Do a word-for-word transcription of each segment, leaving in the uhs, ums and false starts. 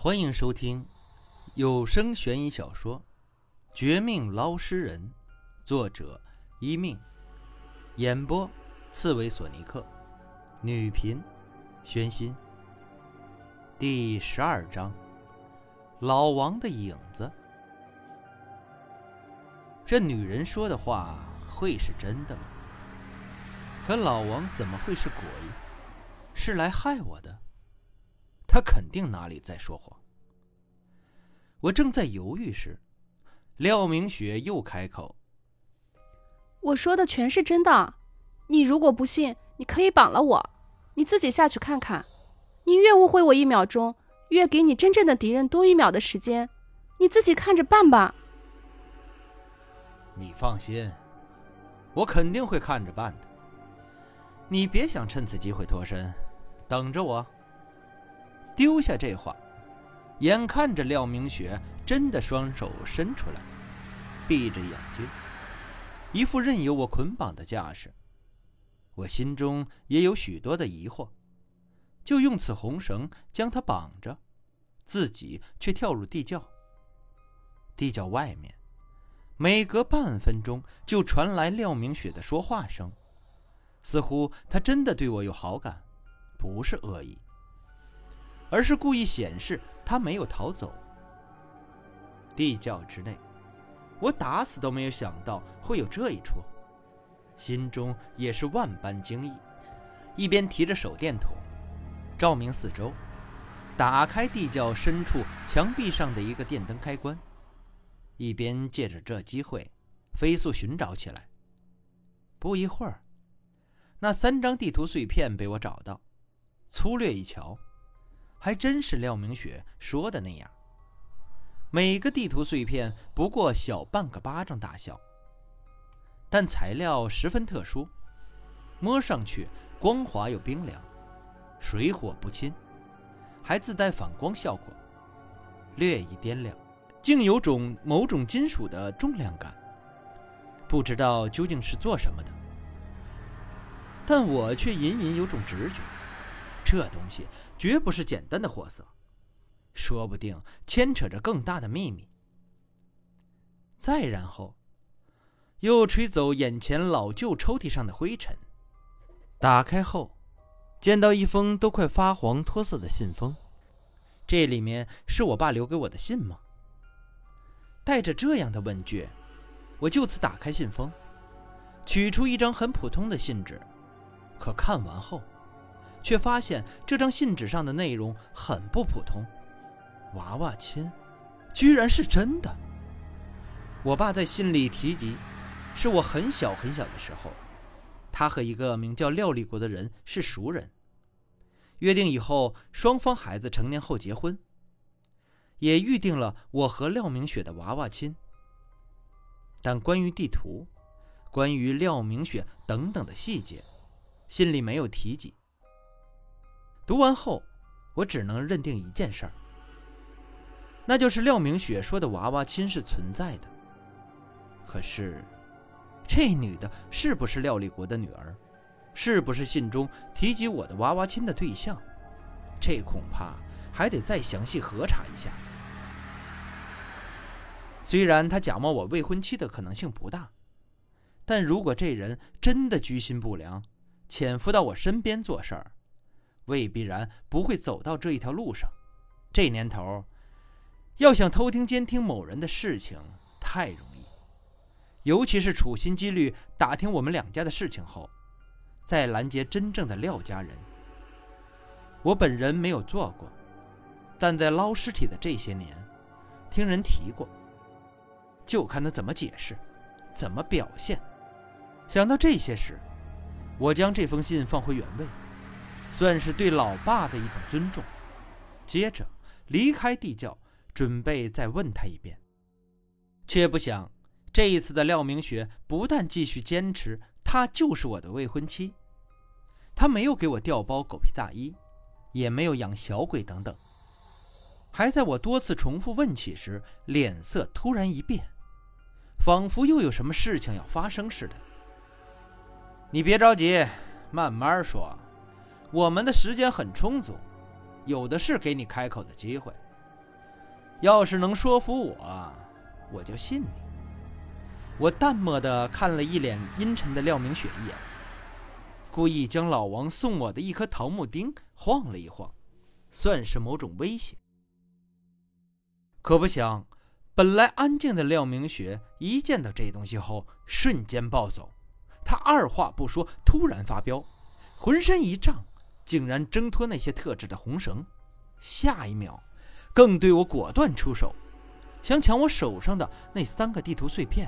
欢迎收听有声悬疑小说《绝命捞尸人》，作者一命，演播刺猬索尼克，女频宣心。第十二章，老王的影子。这女人说的话会是真的吗？可老王怎么会是鬼？是来害我的？他肯定哪里在说谎。我正在犹豫时，廖明雪又开口： 我说的全是真的，你如果不信，你可以绑了我，你自己下去看看。你越误会我一秒钟，越给你真正的敌人多一秒的时间，你自己看着办吧。 你放心，我肯定会看着办的。你别想趁此机会脱身，等着我。丢下这话，眼看着廖明雪真的双手伸出来，闭着眼睛，一副任由我捆绑的架势。我心中也有许多的疑惑，就用此红绳将她绑着，自己却跳入地窖。地窖外面每隔半分钟就传来廖明雪的说话声，似乎她真的对我有好感，不是恶意，而是故意显示她没有逃走。地窖之内，我打死都没有想到会有这一出，心中也是万般惊异，一边提着手电筒照明四周，打开地窖深处墙壁上的一个电灯开关，一边借着这机会飞速寻找起来。不一会儿，那三张地图碎片被我找到，粗略一瞧，还真是廖明雪说的那样。每个地图碎片不过小半个巴掌大小，但材料十分特殊，摸上去光滑又冰凉，水火不侵，还自带反光效果，略一掂量，竟有种某种金属的重量感，不知道究竟是做什么的。但我却隐隐有种直觉，这东西绝不是简单的货色，说不定牵扯着更大的秘密。再然后，又吹走眼前老旧抽屉上的灰尘，打开后，见到一封都快发黄脱色的信封。这里面是我爸留给我的信吗？带着这样的问句，我就此打开信封，取出一张很普通的信纸，可看完后却发现这张信纸上的内容很不普通，娃娃亲居然是真的。我爸在信里提及，是我很小很小的时候，他和一个名叫廖立国的人是熟人，约定以后双方孩子成年后结婚，也预定了我和廖明雪的娃娃亲。但关于地图，关于廖明雪等等的细节，信里没有提及。读完后，我只能认定一件事儿，那就是廖明雪说的娃娃亲是存在的。可是这女的是不是廖立国的女儿，是不是信中提及我的娃娃亲的对象，这恐怕还得再详细核查一下。虽然他假冒我未婚妻的可能性不大，但如果这人真的居心不良，潜伏到我身边做事儿，未必然不会走到这一条路上。这年头，要想偷听监听某人的事情太容易，尤其是处心积虑打听我们两家的事情后，再拦截真正的廖家人。我本人没有做过，但在捞尸体的这些年，听人提过，就看他怎么解释，怎么表现。想到这些时，我将这封信放回原位，算是对老爸的一种尊重。接着离开地窖，准备再问他一遍。却不想这一次的廖明雪不但继续坚持她就是我的未婚妻，她没有给我调包狗皮大衣，也没有养小鬼等等，还在我多次重复问起时，脸色突然一变，仿佛又有什么事情要发生似的。你别着急，慢慢说，我们的时间很充足，有的是给你开口的机会。 要是能说服我，我就信你。我淡漠地看了一脸阴沉的廖明雪一眼，故意将老王送我的一颗桃木钉晃了一晃，算是某种威胁。可不想，本来安静的廖明雪一见到这东西后，瞬间暴走。他二话不说，突然发飙，浑身一胀，竟然挣脱那些特制的红绳。下一秒，更对我果断出手，想抢我手上的那三个地图碎片。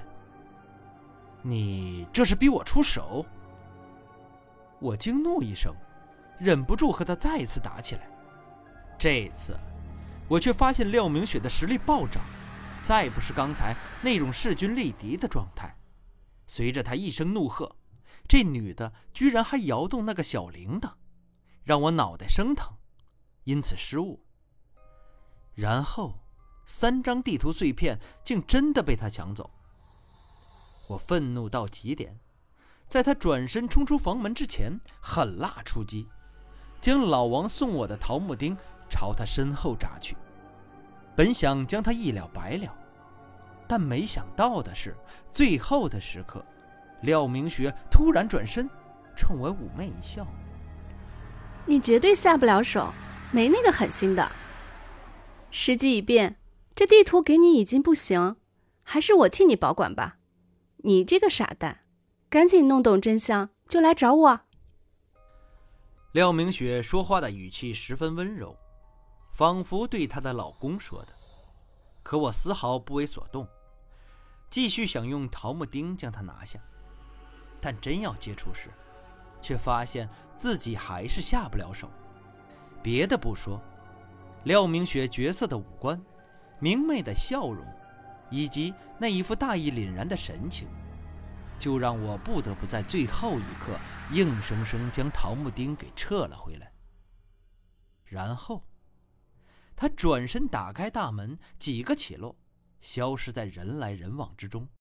你这是逼我出手？我惊怒一声，忍不住和他再一次打起来。这次，我却发现廖明雪的实力暴涨，再不是刚才那种势均力敌的状态。随着他一声怒喝，这女的居然还摇动那个小铃铛，让我脑袋生疼，因此失误。然后，三张地图碎片竟真的被他抢走。我愤怒到极点，在他转身冲出房门之前，狠辣出击，将老王送我的桃木钉朝他身后扎去。本想将他一了百了，但没想到的是，最后的时刻，廖明雪突然转身，冲我妩媚一笑：“ 你绝对下不了手，没那个狠心的。时机已变，这地图给你已经不行，还是我替你保管吧。你这个傻蛋，赶紧弄懂真相就来找我。” 廖明雪说话的语气十分温柔，仿佛对她的老公说的。可我丝毫不为所动，继续想用桃木钉将她拿下。但真要接触时，却发现自己还是下不了手。别的不说，廖明雪绝色的五官、明媚的笑容，以及那一副大义凛然的神情，就让我不得不在最后一刻硬生生将桃木钉给撤了回来。然后他转身打开大门，几个起落，消失在人来人往之中。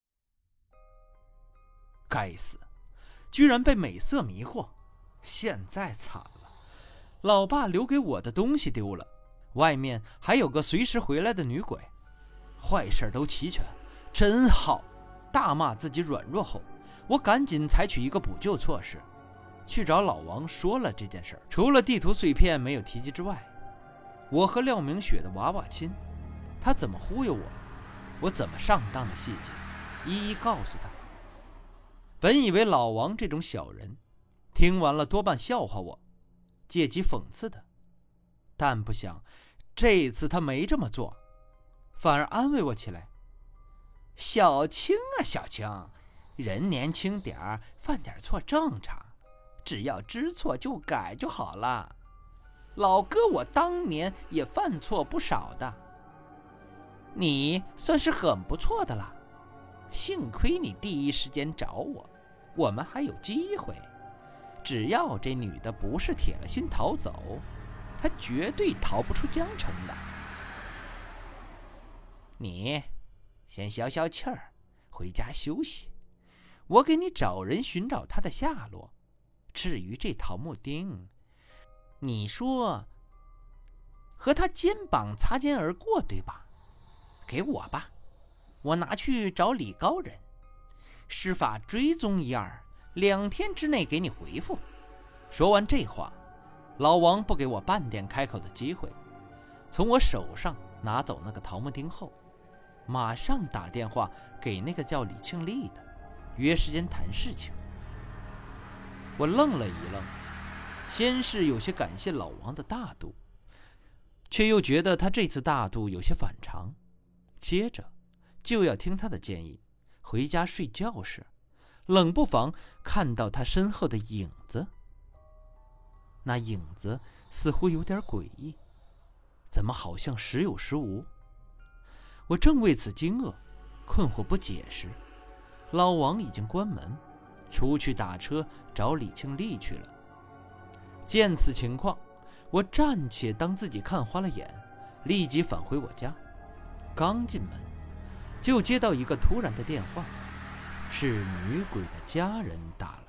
该死，居然被美色迷惑，现在惨了，老爸留给我的东西丢了，外面还有个随时回来的女鬼，坏事都齐全，真好。大骂自己软弱后，我赶紧采取一个补救措施，去找老王说了这件事。除了地图碎片没有提及之外，我和廖明雪的娃娃亲，他怎么忽悠我，我怎么上当的细节，一一告诉他。本以为老王这种小人，听完了多半笑话我，借机讽刺的，但不想这一次他没这么做，反而安慰我起来：“小青啊小青，人年轻点儿，犯点错正常，只要知错就改就好了。老哥我当年也犯错不少的，你算是很不错的了。幸亏你第一时间找我，我们还有机会。只要这女的不是铁了心逃走，她绝对逃不出江城的。你先消消气儿，回家休息，我给你找人寻找她的下落。至于这桃木钉，你说和她肩膀擦肩而过对吧？给我吧，我拿去找李高人，施法追踪一二，两天之内给你回复。说完这话，老王不给我半点开口的机会，从我手上拿走那个桃木钉后，马上打电话给那个叫李庆丽的，约时间谈事情。我愣了一愣，先是有些感谢老王的大度，却又觉得他这次大度有些反常，接着就要听他的建议，回家睡觉时冷不防看到他身后的影子。那影子似乎有点诡异，怎么好像时有时无？我正为此惊愕困惑不解时，老王已经关门出去打车找李庆丽去了。见此情况，我暂且当自己看花了眼，立即返回我家。刚进门就接到一个突然的电话，是女鬼的家人打来。